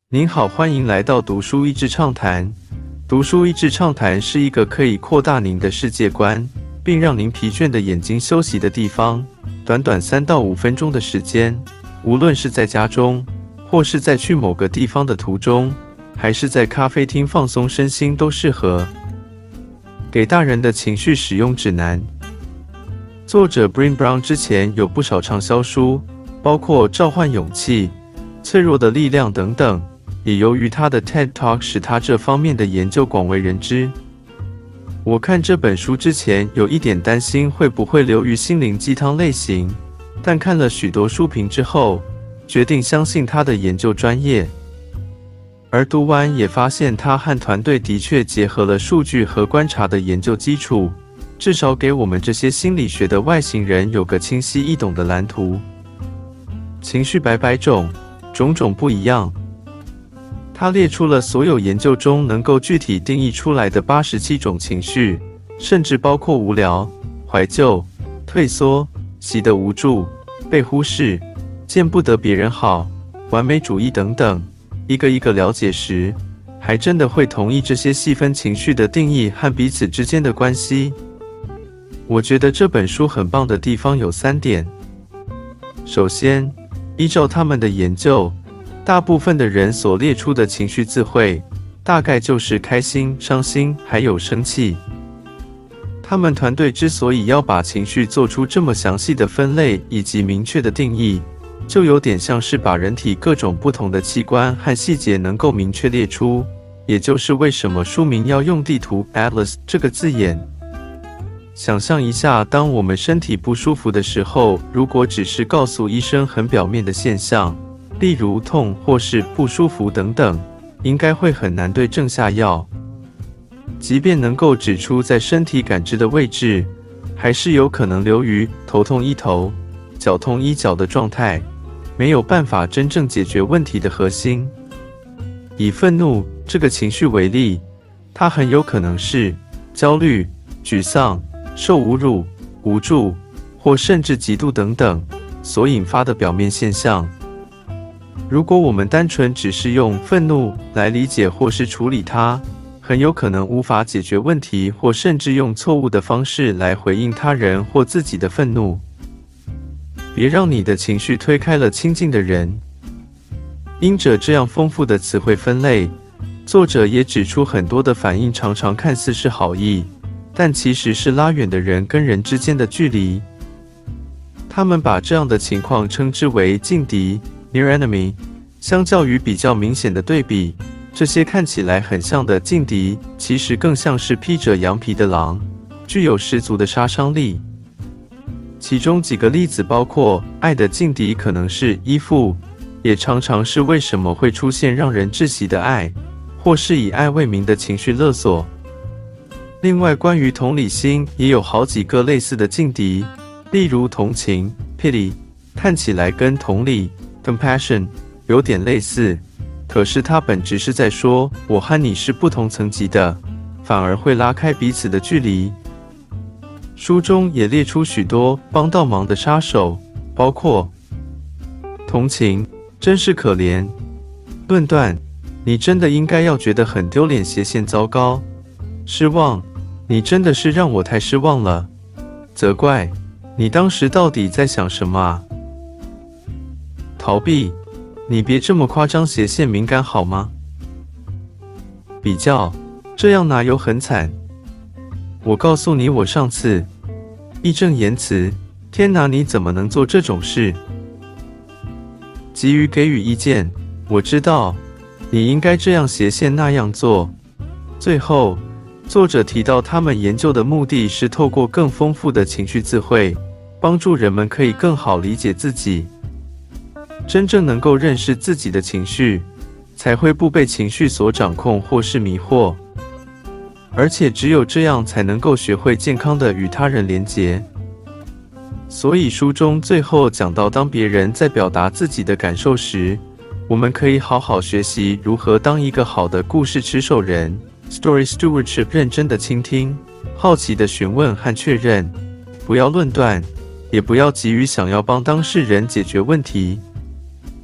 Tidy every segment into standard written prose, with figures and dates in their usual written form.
您好，欢迎来到读书益智畅谈。读书益智畅谈是一个可以扩大您的世界观，并让您疲倦的眼睛休息的地方。短短3到5分钟的时间，无论是在家中，或是在去某个地方的途中，还是在咖啡厅放松身心，都适合。给大人的情绪使用指南。作者 Brené Brown 之前有不少畅销书，包括《召唤勇气》、《脆弱的力量》等等。也由于他的 TED Talk 使他这方面的研究广为人知。我看这本书之前有一点担心会不会流于心灵鸡汤类型，但看了许多书评之后，决定相信他的研究专业。而读完也发现他和团队的确结合了数据和观察的研究基础，至少给我们这些心理学的外行人有个清晰易懂的蓝图。情绪百百种，种种不一样。他列出了所有研究中能够具体定义出来的87种情绪，甚至包括无聊、怀旧、退缩、喜得无助、被忽视、见不得别人好、完美主义等等。一个一个了解时，还真的会同意这些细分情绪的定义和彼此之间的关系。我觉得这本书很棒的地方有3点。首先，依照他们的研究，大部分的人所列出的情绪字汇，大概就是开心、伤心，还有生气。他们团队之所以要把情绪做出这么详细的分类以及明确的定义，就有点像是把人体各种不同的器官和细节能够明确列出，也就是为什么书名要用地图 Atlas 这个字眼。想象一下，当我们身体不舒服的时候，如果只是告诉医生很表面的现象，例如痛或是不舒服等等，应该会很难对症下药。即便能够指出在身体感知的位置，还是有可能流于头痛医头、脚痛医脚的状态，没有办法真正解决问题的核心。以愤怒这个情绪为例，它很有可能是焦虑、沮丧、受侮辱、无助，或甚至嫉妒等等所引发的表面现象。如果我们单纯只是用愤怒来理解或是处理它，很有可能无法解决问题，或甚至用错误的方式来回应他人或自己的愤怒。别让你的情绪推开了亲近的人。因着这样丰富的词汇分类，作者也指出很多的反应常常看似是好意，但其实是拉远的人跟人之间的距离。他们把这样的情况称之为劲敌 Near Enemy， 相较于比较明显的对比，这些看起来很像的劲敌，其实更像是披着羊皮的狼，具有十足的杀伤力。其中几个例子包括，爱的劲敌可能是依附，也常常是为什么会出现让人窒息的爱，或是以爱为名的情绪勒索。另外，关于同理心也有好几个类似的劲敌，例如同情 Pity， 看起来跟同理Compassion 有点类似，可是它本质是在说我和你是不同层级的，反而会拉开彼此的距离。书中也列出许多帮倒忙的杀手，包括同情，真是可怜；论断，你真的应该要觉得很丢脸，斜线糟糕；失望，你真的是让我太失望了；责怪，你当时到底在想什么啊？逃避，你别这么夸张，斜线敏感好吗？比较，这样哪有很惨？我告诉你，我上次义正言辞，天哪，你怎么能做这种事？急于给予意见，我知道你应该这样斜线那样做。最后，作者提到他们研究的目的是透过更丰富的情绪字汇，帮助人们可以更好理解自己。真正能够认识自己的情绪，才会不被情绪所掌控或是迷惑，而且只有这样才能够学会健康的与他人连结。所以书中最后讲到，当别人在表达自己的感受时，我们可以好好学习如何当一个好的故事持守人 Story Stewardship， 认真的倾听，好奇的询问和确认，不要论断，也不要急于想要帮当事人解决问题。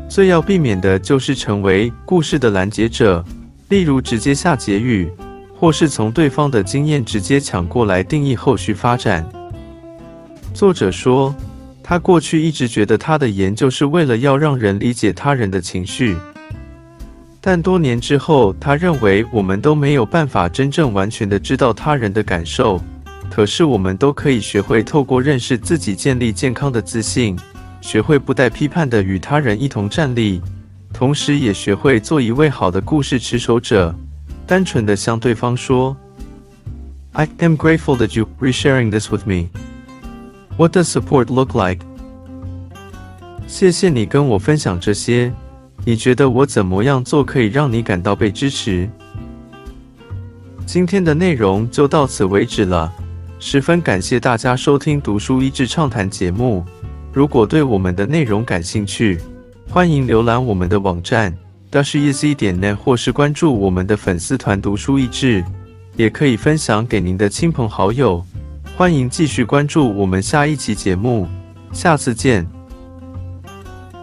最要避免的就是成为故事的拦截者，例如直接下结语，或是从对方的经验直接抢过来定义后续发展。作者说，他过去一直觉得他的研究是为了要让人理解他人的情绪，但多年之后，他认为我们都没有办法真正完全的知道他人的感受，可是我们都可以学会透过认识自己建立健康的自信，学会不带批判的与他人一同站立，同时也学会做一位好的故事持守者，单纯的向对方说 I am grateful that you resharing this with me. What does support look like? 谢谢你跟我分享这些，你觉得我怎么样做可以让你感到被支持？今天的内容就到此为止了，十分感谢大家收听读书益智畅谈节目。如果对我们的内容感兴趣，欢迎浏览我们的网站 dashiz.net 或是关注我们的粉丝团读书益智，也可以分享给您的亲朋好友。欢迎继续关注我们下一期节目，下次见。